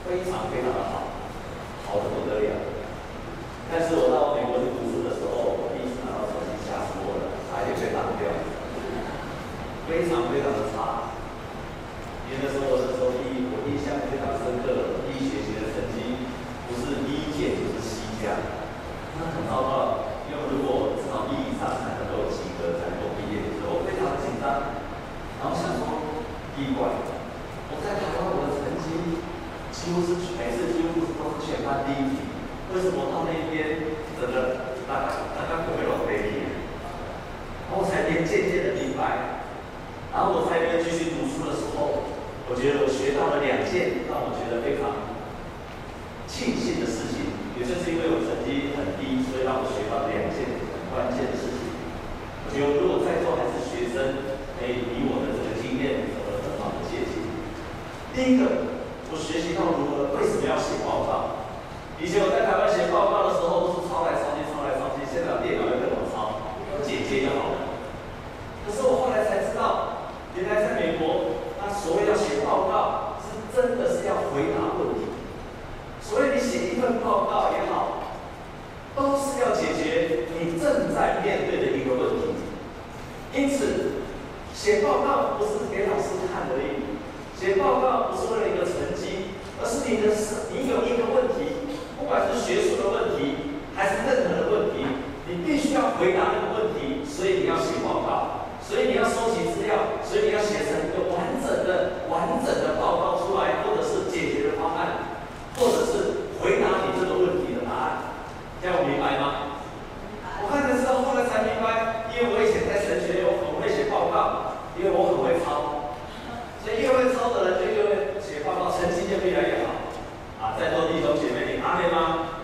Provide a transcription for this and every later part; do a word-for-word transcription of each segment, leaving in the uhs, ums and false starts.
非常非常的好，好的不得了。但是我到美国去读书的时候，我第一次拿到成绩，吓死我了，差一点被当掉，非常非常的差。因为那时候那时候第一，我印象非常深刻，第一学期的成绩不是一减就是 C 加，那很糟糕。因为如果至少 B 以上才能够及格，才能够毕业，所以我非常的紧张。然后想说，第一关，我在台湾我的成绩几乎是每次几乎都是全班第一名，为什么到那边整个大家大家不会往背里？然后我才渐渐的明白，然后我在那边继续读书的时候，我觉得我学到了两件让我觉得非常庆幸的事情，也就是因为我成绩很低，所以让我学到两件很关键的事情。我觉得如果在座还是学生，可以以我的这个经验有了很好的借鉴。第一个，我学习到如何为什么要写报告。以前我在台湾写报告的时候，都是抄来抄去，抄来抄去，现在有电脑要跟我抄，剪接就好了。可是我后来才知道，原来在美国，他所谓要写报告，是真的是要回答问题。所以你写一份报告也好，都是要解决你正在面对的一个问题。因此，写报告不是给老师看而已，写报告不是为了一个成绩，而是你的你有一个问题，不管是学术的问题，还是任何的问题，你必须要回答那个问题，所以你要写报告，所以你要收集资料，所以你要写成一个完整的、完整的报告出来，或者是解决的方案，或者是回答你这个问题的答案。这样我明白吗？我看的时候后来才明白，因为我以前在神学院，我很会写报告，因为我很会抄，所以越会抄的人就越会写报告，成绩就越来越好。啊，在座弟兄姐妹，你阿妹吗？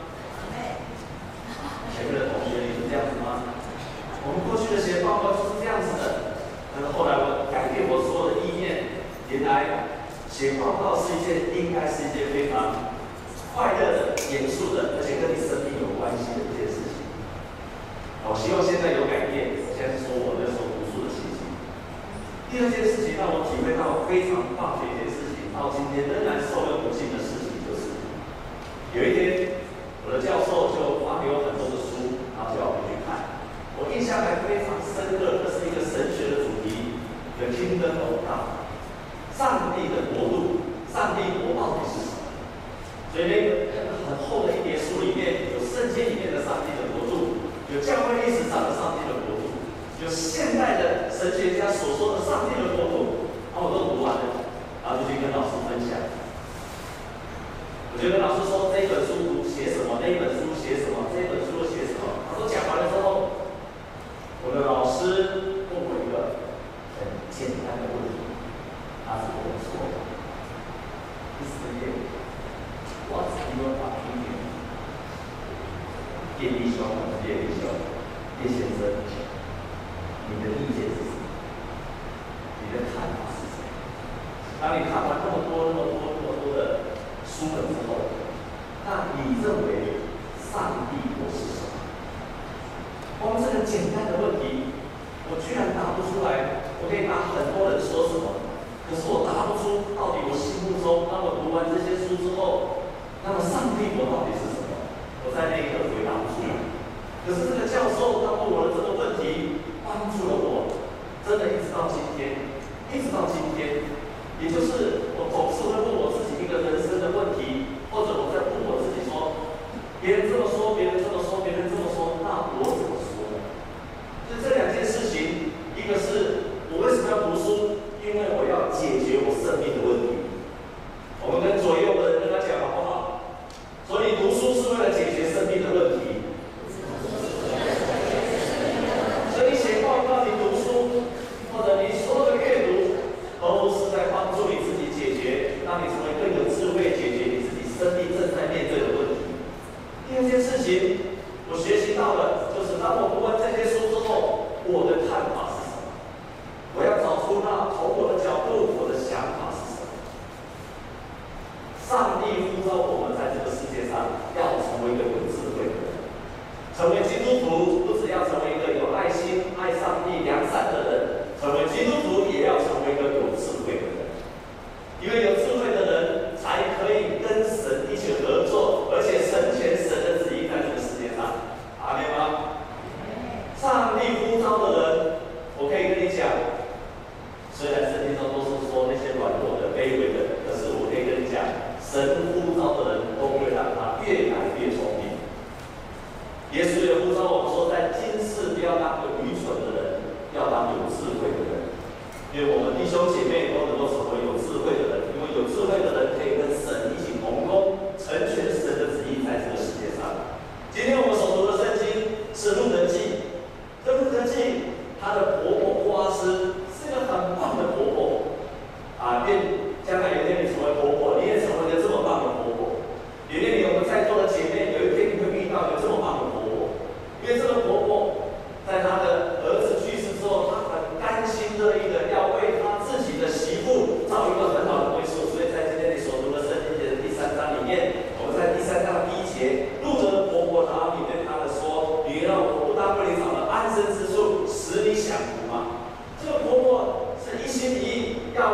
前面的同学，你是这样子吗？我们过去的写报告就是这样子的，但是后来我改变我所有的意念，原来写报告是一件应该是一件非常快乐的、严肃的，而且跟你生命有关系的一件事情。我希望现在有改变，我现在是说我那时候读书的情形。第二件事情让我体会到非常棒的一件事情，到今天仍然受用不尽的事情，就是有一天我的教授就发给我很多的书，然后叫我回去看。我印象还非常深刻，这是一个神学的主题 ，The Kingdom of God， 上帝的国度，上帝国到底是什么？所以那个很厚的一叠书里面有圣经里面的上帝的国度，有教会历史上的上帝的国度，有现代的神学家所说的上帝的国度，然后我都读完了，然后就去跟老师分享。我就跟老师说这一本书读写什么，那一本书写什么，这一本书写什么。他说讲完了之后，我的老师问我一个很简单的问题，他是跟我说 ：“Mister Ye，what's your opinion？” 叶弟兄还是叶弟兄，叶先生，你的意见是什么？你的看法是什么？当你看完那么多、那么多、那么多的书本之后，那你认为上帝国是什么？光这个简单的问题，我居然答不出来。我可以答很多人说什么，可是我答不出到底我心目中，当我读完这些书之后，那么上帝国到底是什么？我在那一刻回答不出来。可是这个教授他问我的这个问题，帮助了我，真的一直到今天，一直到今天，也就是我总是会问我自己一个人生的问题，或者我在问我自己说，别人这么说，别人这么说，别人这么说，那我怎么说呢？就这两件事情，一个是我为什么要读书，因为我要解决我生命的问题。我们跟左右的人跟他讲好不好？所以你读书是为了解决生命的问题。所以你写报告，你读书，或者你所有的阅读，都是在帮助你自己解决，让你成为更有智慧，解决你自己生命正在面对的问题。第二件事情，我学习到了，就是当我读完这些书之后，我的看法是什么？我要找出那从我的角度，我的想法是什么？上帝呼召我们在这个世界上要成为一个有智慧的人，成为基督徒，不只要成为一个有爱心、爱上帝、良善的人，成为基督徒也要成为一个有智慧的人。因为有智慧的人，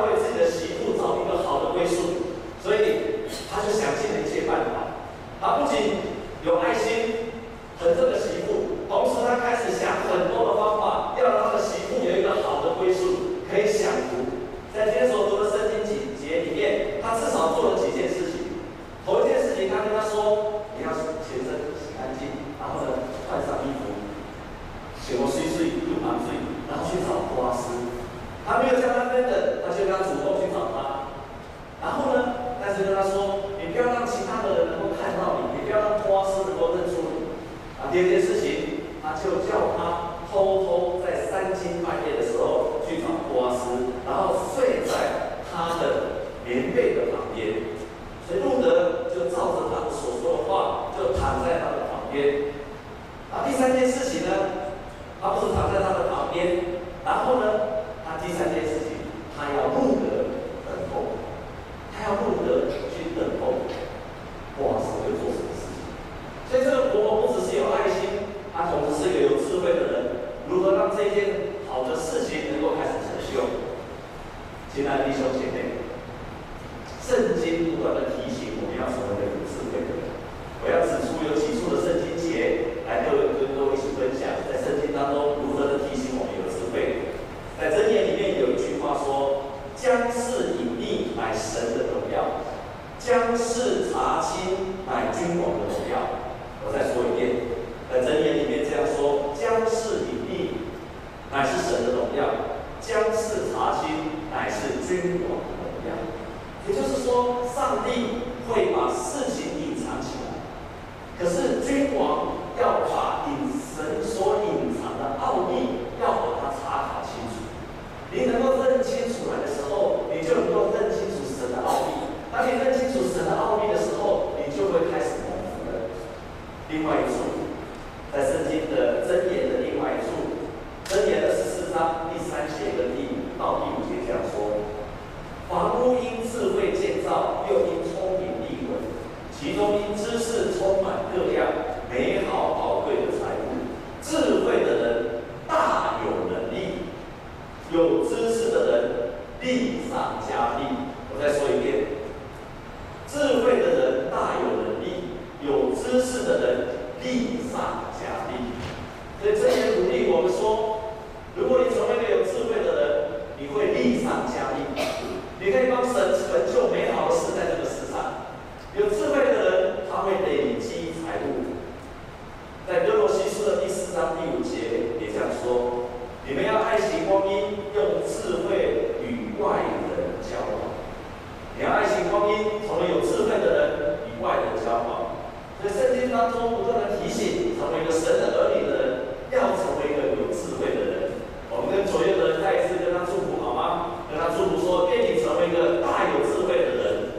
要为自己的媳妇找一个好的归宿，所以他就想尽了一切办法。他不仅有爱心疼这个媳妇，同时他开始想很多的方法，要让他的媳妇有一个好的归宿，可以享福。在今天所读的圣经几节里面，他至少做了几件事情。头一件事情，他跟他说：“你要全身洗干净，然后呢换上衣服，洗我水水又满水，然后去找波阿斯。”他没有叫他跟着，他就让他主动去找他。然后呢，但是跟他说：“你不要让其他的人能够看到你，你不要让波阿斯能够认出你。”啊，第二件事情，他就叫他偷偷在三更半夜的时候去找波阿斯，然后睡在他的棉被的旁边。所以路德就照着他所说的话，就躺在他的旁边。啊，第三件事情呢，他不是躺在他的旁边，然后呢，他第三件事情，他要路德等候，他要路德去等候波阿斯会做什么事情。所以这个婆婆不只是有爱心，她同时是一个有智慧的人。如何让这一件好的事情能够开始成就？亲爱的弟兄姐妹，圣经不断的提醒我们要成为一个有智慧的人。我要指出有几处的圣经节来各位跟各位一起分享，在圣经当中如何的提醒我们有智慧。在箴言里面有一句话说：“将事隐秘乃神的荣耀，将事查清乃君王的荣耀。”我再说一遍，在箴言里面这样说：“将事隐秘乃是神的荣耀，将事查清乃是君王的荣耀。”也就是说，上帝会把事情隐藏起来，可是君王要把隐神所隐藏的奥秘，要把它查考清楚。你能够认清楚来的时候，你就能够认清楚神的奥秘。当你认清楚神的奥秘的时候，你就会开始蒙福了。另外一处，在圣经的箴言的另外一处，箴言二十四章第三节跟第五到第五节这样说：“房屋因智慧建造，又因聪明立稳，其中因知识充满各样美好宝贵的财物。智慧的人大有能力，有知识的人力上加力。”我再说一遍，智慧的人大有能力，有知识的人力上加力。所以箴言鼓励我们说，如果你成为一个有智慧的人，你会力上加力，你可以帮神成就美好的事在这个世上。有智慧的人，他会累积财物。在哥罗西书的第四章第五节也这样说：“你们要爱惜光阴，用智慧与外人交往。”你要爱惜光阴，成为有智慧的人，与外人交往。所以圣经当中不断的提醒，成为一个神的儿女的人，要成为一个有智慧的人。我们跟左右的人再一次跟他祝福好吗？跟他祝福说：愿你成为一个大有智慧的人。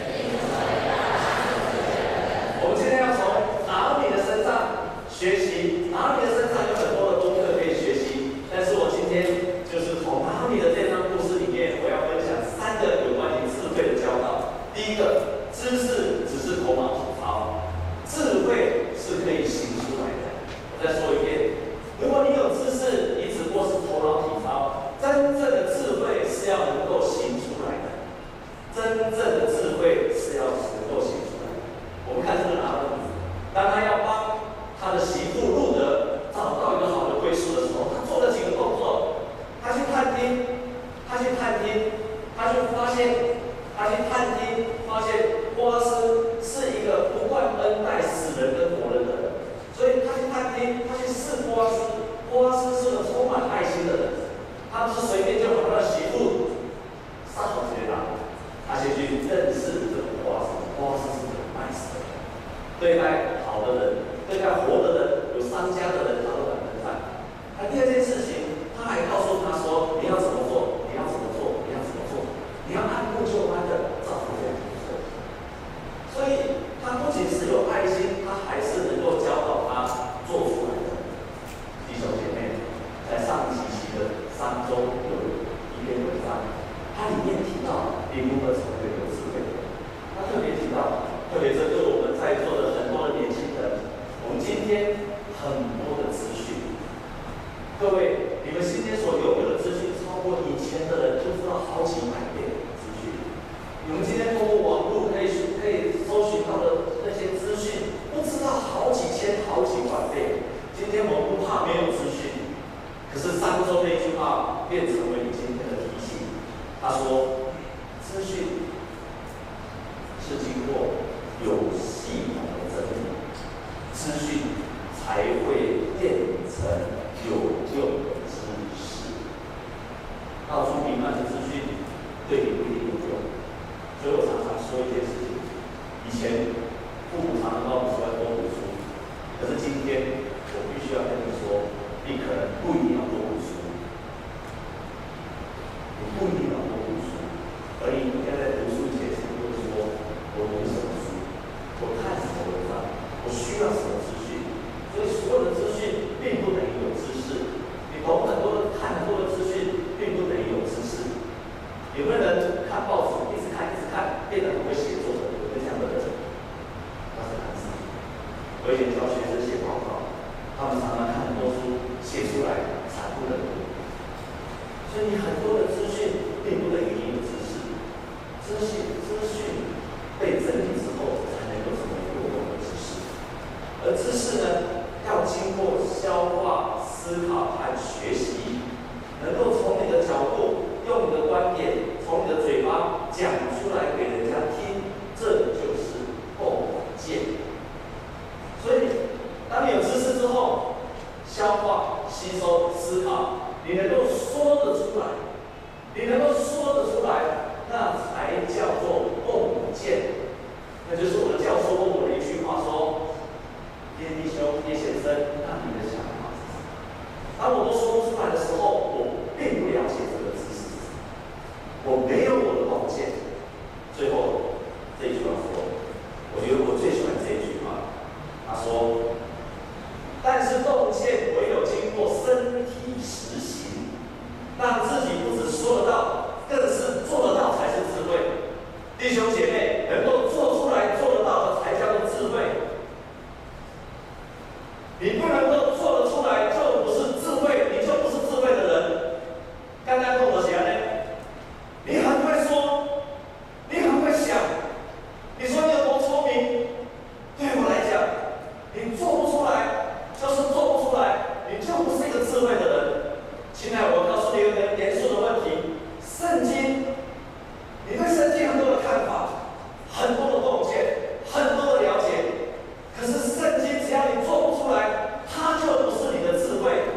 我们今天要从拿俄米的身上学习，拿俄米的身上有很多的功课可以学习，但是我今天就是从拿俄米的这段故事里面，我要分享三个有关于智慧的教导。第一个，知识只是头脑体操，智慧是可以行出来的。我再说一遍，如果你有知识，你只不过是头脑体操，真正的智慧是要能够行出来的。真正的智慧是要能够行出来的。我们看这个拿俄米，当他要帮他的媳妇路德找到一个好的归宿的时候，他做了几个动作。他去探听，他去探听，他就发现，他去探听，发现波阿斯是一个不断恩待死人跟活人的人，所以他去探听，他去试波阿斯。波阿斯是个充满爱心的人，他不是随便就把他的媳妇杀手接拿，他先去认识这个波阿斯。波阿斯是个爱死的人，对待好的人，对待活的人，有商家的人，他都很恩待。那第二件事情，他还告诉他说：你要怎么做？你要怎么做？你要怎么做？你要按部就班的照着这样做。所以他不仅是有爱心，他还是能够教导他做出来的。弟兄姐妹，在上几期的三周有一篇文章，它里面提到你如何成为有智慧的人。他特别提到，特别针对我们在座的很多的年轻人，我们今天很多的资讯。各位，你们今天所拥有的资讯，超过以前的人就知道好几百倍。 资讯是经过有系统的整理，资讯才会变成有用的知识。到处弥漫的资讯对你不一定有用，所以我常常说一件事情：以前父母常常告诉我们说要多读书，可是今天我必须要跟你说，你可能不一定要多读书，你不一定要多读书，而你应该在读书前先问说：我读什么书？我看什么文章？我需要什么资讯？所以所有的资讯并不等于有知识，你懂很多的、看很多的资讯，并不等于有知识。有没有人看报纸一直看一直看，变得很会写作的？有没有这样的人？那是很少。我以前教学生写报告，他们常常看很多书，写出来惨不忍睹。所以你很多的资讯并不等于你有知识，资讯资讯被整理之后，才能够成为有用的知识。而知识呢，要经过消化、思考和学习，能够从你的角度，用你的观点，从你的嘴巴讲出来给人家听，这就是洞见。所以，当你有知识之后，消化、吸收、思考，你能够说得出来，你能够说得出来，那才叫做洞见。那就是我的教授问我的一句话说：“叶弟兄、叶先生，那你的想法是什么？”当我都说不出来的时候，我并不了解这个知识是什么，我没有我的洞见。最后这一句话说，我觉得我最喜欢这一句话。他说：“但是洞见唯有经过身体实行，让自己不只说得到，更是做得到才是智慧。弟兄姐妹，能够做出来、做得到的才叫做智慧。你不能够做得出来，就不是智慧，你就不是智慧的人。刚刚跟我讲呢，你很会说，你很会想，你说你有多聪明，对我来讲。”你做不出来，就是做不出来，你就不是一个智慧的人。亲爱的，我告诉你一个很严肃的问题：圣经，你对圣经很多的看法，很多的洞见，很多的了解。可是圣经只要你做不出来，它就不是你的智慧。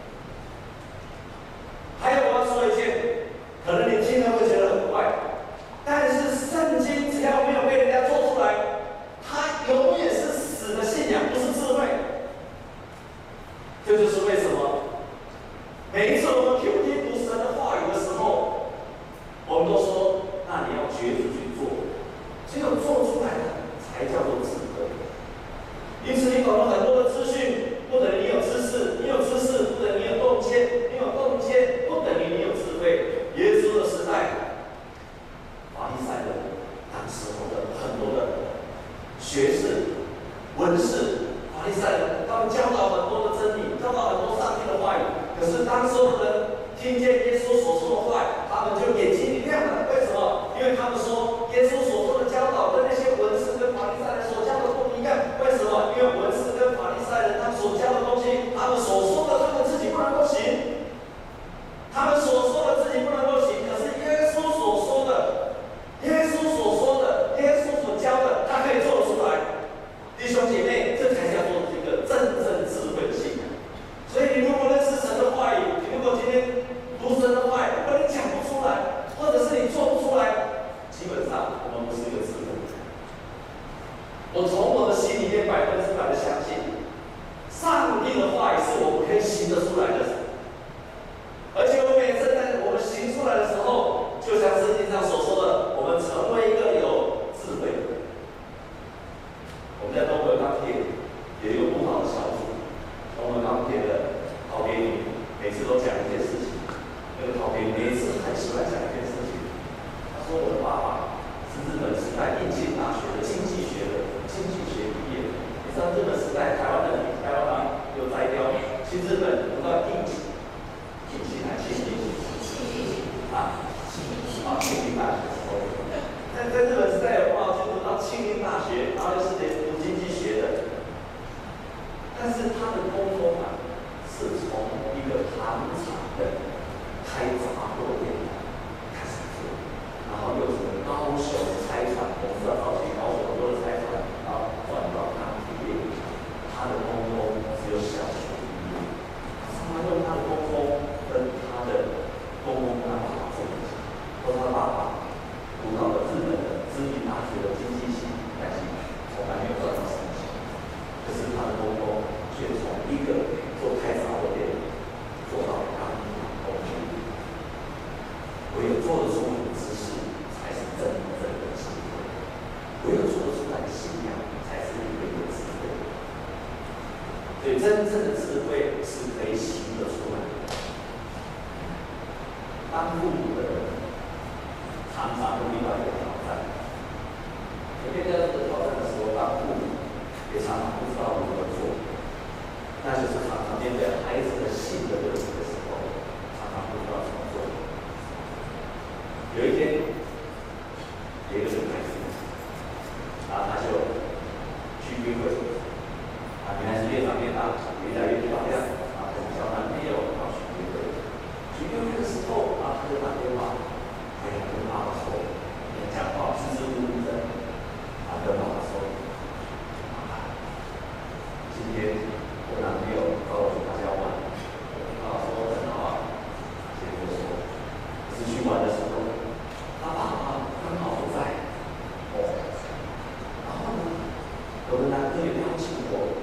还有，我要说一件，可能你听了会觉得很怪，但是圣经只要没有被人家做出来，它永远是死的信仰，不是智慧。这就是为什么每一次我们 Q T 读神的话语的时候，我们都说，那你要决志去做，只有做出来的才叫做智慧。因此，你懂了很多的资讯，不等于你有知识；你有知识，不等于你有洞见；你有洞见，不等于你有智慧。耶稣的时代，法利赛人当时候的很多的学士、文士、法利赛人，他们教导很多的真理，教导很多上帝的话语。可是当时候的人听见耶稣所说的话，他们就眼睛一亮了。为什么？因为他们说耶稣所说的教导跟那些文士跟法利赛人所教的不一样。为什么？因为文士跟法利赛人他们所教的东西，他们所说的，他们自己不能够行。他们所说的自己不能够行，可是耶稣所说的，耶稣所说的，耶稣所教的，他可以做得出来。弟兄姐妹，这才叫做一个真正智慧的信仰。所以，你如果认识神的话语，你如果今天读神的话语，如果你讲不出来，或者是你做不出来，基本上我们不是一个智慧的人。我从我的心里面百分之百的相信，上帝的话语是我们可以行得出来的。而且我们也正在我们行出来的时候，就像圣经上所说的，我们成为一个有智慧的人。我们在东河钢铁有一个不好的小组，东河钢铁的陶别女每次都讲一件事情，那个陶别女每一次还是来讲一件事情。她说我的爸爸是日本时代应庆大学的经济学的经济学毕业的。你知道日本时代台湾人台湾人有摘掉去日本读到应庆，应庆还庆应啊啊庆应大学的时候，在在日本时代有报就读到庆应大学，然后又是读经济学的。但是他的沟通啊，是从一个糖厂的开杂货店开始做，然后又是以真正的智慧是可以行得出来的。当父母的人常常会遇到一个挑战，面对这个挑战的时候，当父母也常常不知道如何做，那就是常常面对孩子的性格问题的时候，常常不知道怎么做。有一天，有一个女孩子，然后她就去约会，啊，女孩子越长越大，越来越漂亮，啊，很交男朋友，然后去约会。去约会的时候，啊，她就打电话，哎呀，跟爸爸说，讲话支支吾吾的，啊，跟爸爸说，爸爸，今天我男朋友找我去他家玩，爸爸说很好啊，结果说，可是去玩的时候，他爸爸刚好不在，哦，然后呢，我的男朋友邀请我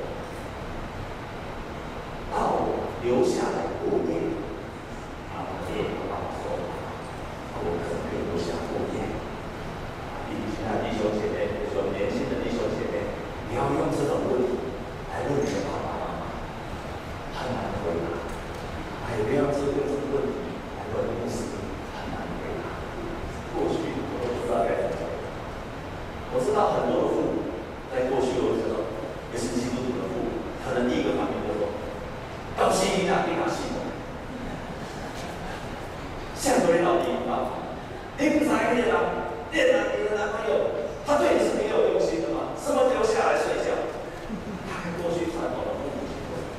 到留下来过夜，啊，我也跟爸爸说，我可不可以留下过夜？其他弟兄姐妹，比如说年轻的弟兄姐妹，你要用这种问题来问你的爸爸妈妈，很难回答。哎，不要这个这个问题来问牧师，很难回答。过去我都不知道该怎么回答。我知道很多的父母在过去我知道，也是基督徒的父母，可能第一个反应就说：“要信你哪，你哪信我？像对老弟啊，你不才可以啦。”恋男，你的男朋友，他对你是没有用心的吗？什么留下来睡觉？他跟过去传统的父母亲不一样。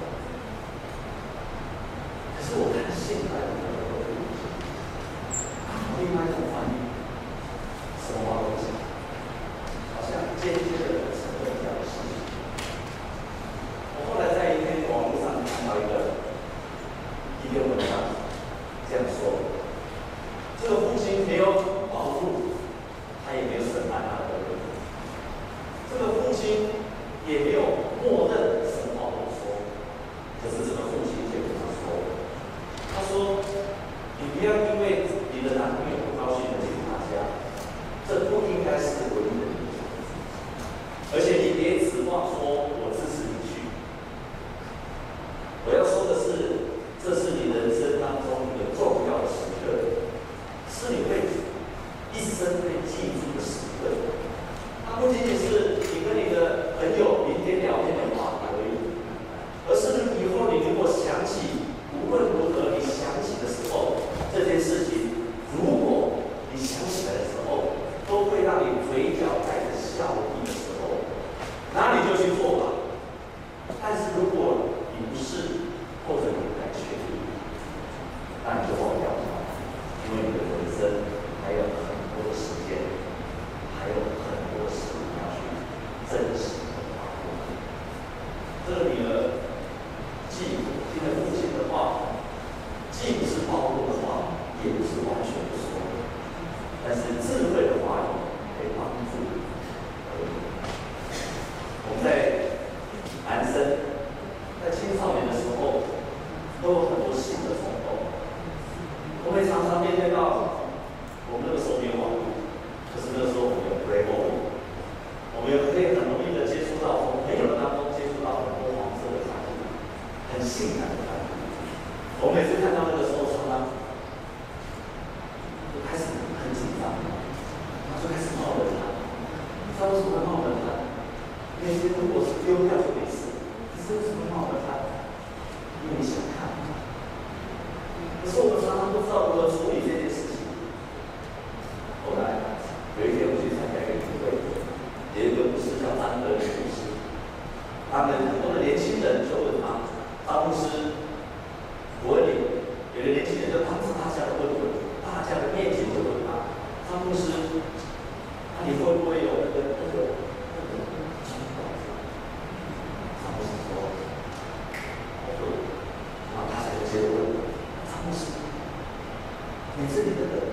可是我看现在的很多父母亲，他有另外一种反应，什么话都不讲，好像间接的承认这样的事情。我后来在一篇网络上看到一个一篇文章，这样说：这个父亲没有保护。他也没有审判他的问题，这个父亲也没有默认神话所说。可是这个父亲却跟他说：“他说，你不要因为你的男朋友不高兴的进他家，这不应该是唯一的理由。而且你别指望说我支持你去。我要说的是，这是你人生当中一个重要的时刻，是你会一生会记住的时刻。它不仅仅是你跟你的朋友明天聊天的话题而已，而是以后你如果想起，无论如何你想起的时候，这件事情，如果你想起来的时候，都会让你嘴角带着笑意的时候，那你就去做吧。但是如果你不是，或者你不太确定，那你就忘掉它，因为你的人生还有很多的时间，还有很多事你要去珍惜和把握。这个女儿既听了父亲的话，既不是暴怒的话，也不是完全不说，但是智慧的话语可以帮助而已。我们在男生在青少年的时候，都有很多性的冲动，我们常常面对到。我们那个时候没有网络，可是那个时候我们有 Playboy， 我们也可以很容易的接触到，从朋友的当中接触到很多黄色的产品，很性感的产品。我每次看到那个时候，常常就开始很紧张，然后就开始冒冷汗。你知道为什么会冒冷汗？因为如果是丢掉就没事，可是为什么会冒冷汗？因为你想看。可是我们常常不知道如何处理这件事情。后来有一天我去参加一个聚会，有一个牧师叫张德林牧师，他们很多的年轻人就问他，张牧师，我问你，有的年轻人就当着大家的问问，大家的面前就问他，张牧师，那你会不会有那个那个那个冲动？张牧师说，我会。然后大家就接着问，张牧师，你这里的人？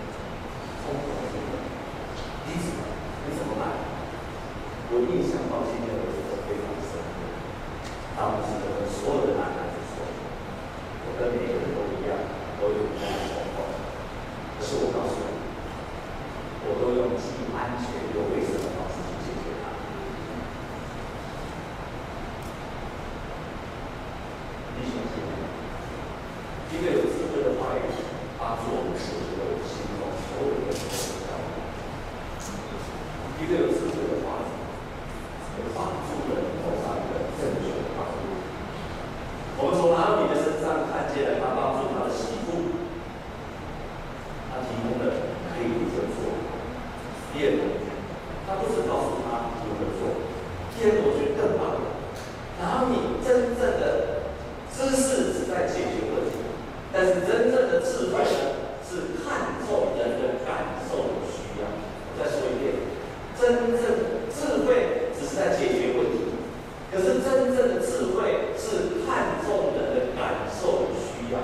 你怎么你怎么办？我印象到今天为止都非常深刻。当时就跟所有的男孩子说，我跟每个人都一样，都有这样的冲动。可是我告诉你，我都用既安全又卫生的方式去解决它。 一个有智慧的法子，会帮助人走上一个正确的道路。我们从拿俄米的身上看见了他帮助他的媳妇，他提供了可以如何做。第二个，他不是告诉他如何做。第二个，我觉得更棒的，拿俄米真正的知识是在解决问题，但是真正的智慧呢，是看重人的感受与需要。我再说一遍，真正智慧只是在解决问题，可是真正的智慧是看重人的感受与需要。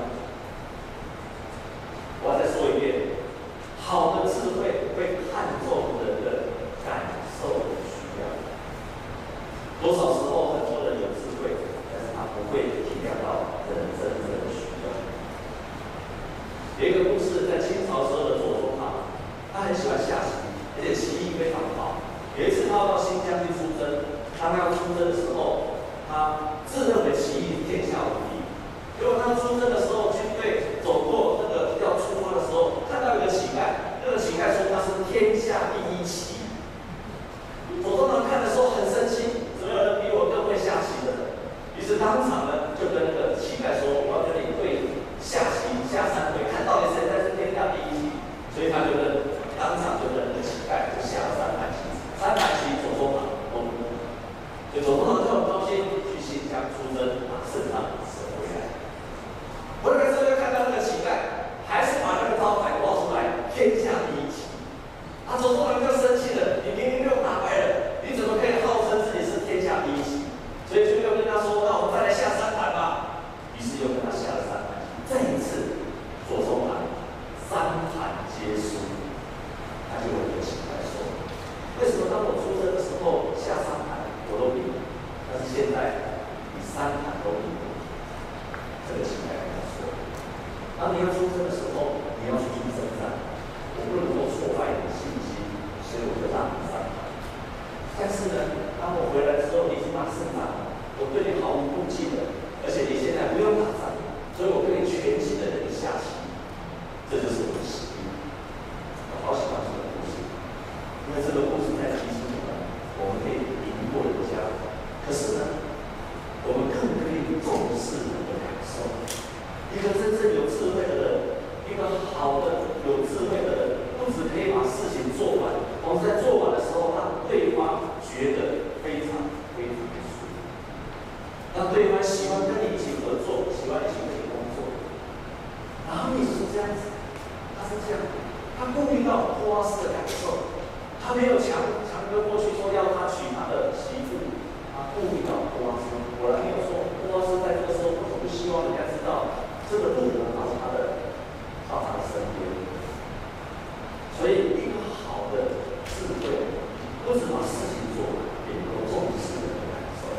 我要再说一遍，好的智慧会看重人的感受与需要。多少时候很多人有智慧，但是他不会体谅到人真正的需要。有一个故事，在清朝时候的左宗棠，他很喜欢下棋，而且棋艺非常好。有一次他要到新疆去出征，当他要出征的时候，他自认为棋艺天下无敌。结果他出征的时候，军队走过那个要出发的时候，看到一个乞丐，那个乞丐说他是天下第一棋。左宗棠看的时候很生气，怎么有人比我更会下棋的？于是当场呢就跟那个乞丐说：“我要跟你对下棋下三回，看到底谁才是天下第一棋。”所以他就跟当场就跟那个乞丐就下了三盘棋，三盘棋左宗棠都不赢，所以左宗棠就很高兴去新疆出征，把胜仗收回来。回来之后又看到那个乞丐还是把那个招牌挂出来，天下第一棋。啊，左宗棠就生气了，你明明被我打败了，你怎么可以号称自己是天下第一棋？所以就又跟他说：“那我们再来下三盘吧。”于是又跟他下了三盘。这一次，左宗棠三盘皆输，他就问那个乞丐说：“为什么当我出征的时候下三盘我都赢，但是现在你三盘都赢了？”这个乞丐跟他说：“当你要出征的时候，你要出去征战，我不能够挫败你的信心，所以我就让你三盘。但是呢，当我回来之后，你已经拿胜仗了，我对你毫无顾忌的，而且你现在不用打仗，所以我可以全心的跟你下棋。这就是我的使命。”我好喜欢这个故事，因为这个故事在提醒我们，我们可以赢过人家，可是呢，我们更可以重视人的感受。一个真正有智慧的人，一个好的有智慧的人，不只可以把事情做完，同时在做完的时候，让对方觉得非常非常的舒服，让对方喜欢跟你一起合作，喜欢一起跟你工作。然后你是这样子，他是这样，他顾虑到波阿斯的感受，他没有强强哥过去说要他娶他的媳妇，他顾虑到波阿斯。果然没有说，波阿斯在这个时候不希望人家知道这个路能到他的到他的身边。所以一个好的智慧，不只把事情做完，也能够重视人的感受。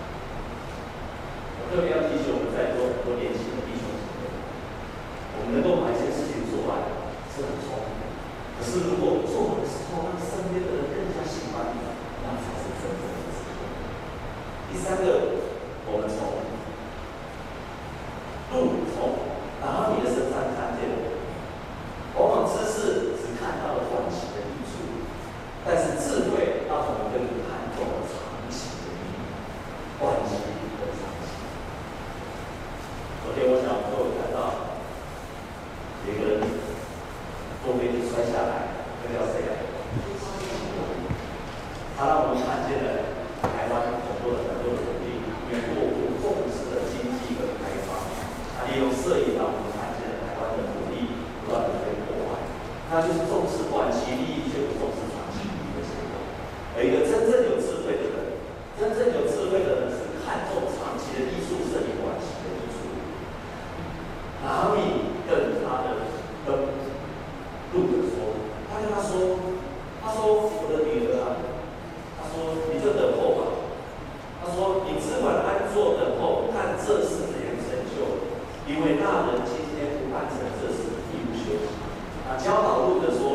我特别要提醒我们在座很多年轻的弟兄姐妹，我们能够把一件事情做完是很聪明的，可是如果做完的时候让身边的人更加喜欢你，那才是真正的智慧。第三个，我们从路从拿俄米的身上看见了，往往知识只看到了短期的益处，但是智慧让我们更看重了长期的意义，关系跟长期。昨天我想都有看到，有一个人坐飞机摔下来，这叫谁啊？他让我们看见了台湾很多的很多的努力，因为过度重视的经济跟开发，他利用摄影让我们看见了台湾的努力不断的被破坏，那就是重视短期利益却不重视长期利益的结果。而一个真正有智慧的人，真正有智慧的人是看重长期的益处胜于短期的益处。拿俄米跟他的跟路德说，他跟他说，他说我的女儿啊。他说：“你就等候吧。”他说：“你只管安坐等候，看这事怎样成就。因为那人今天不办成这事，必不休息。”啊，教导路的说：“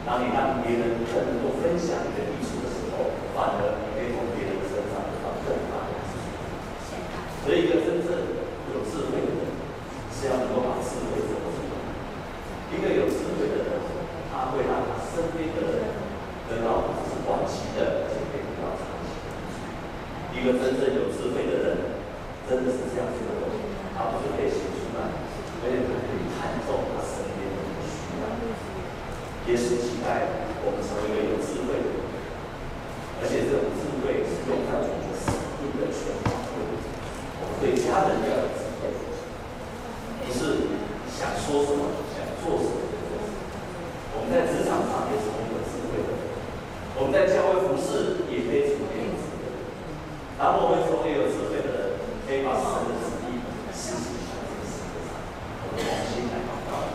当你让别人更能够分享你的益处的时候，反而你可以从别人的身上得到更大的益处。所以，一个真正有智慧的人，是要能够把智慧走出来。一个有智慧的人，他会让他身边的人得到不是短期的，而且可以得到长期的。一个真正有智慧的人，真的是这样子的人，他不是可以行出来，而且他可以看重他身边的人的需要。也是期待我们成为一个有智慧的人，而且这种智慧是用在我们生命的全方位。我们对家人要有智慧，不是想说什么想做什么就做什么。我们在职场上也成为有智慧的人，我们在教会服侍也可以成为有智慧的人。当我们成为有智慧的人，可以把神的旨意实行在这个世界上。我们同心来祷告。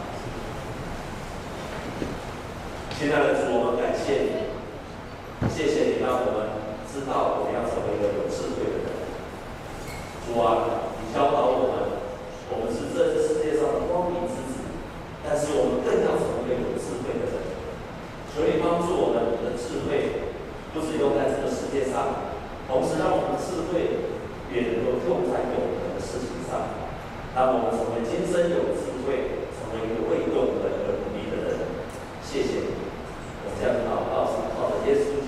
亲爱的主，我们感谢你，谢谢你让我们知道我们要成为一个有智慧的人。主啊，你教导我们，我们是这世界上的光明之子，但是我们更要成为一个有智慧的人。求你帮助我们的智慧，不只用在这个世界上，同时让我们的智慧也能够用在永恒的事情上，让我们成为今生有智慧，成为一个为永恒而努力的人。谢谢你。这样的祷告是靠着耶稣。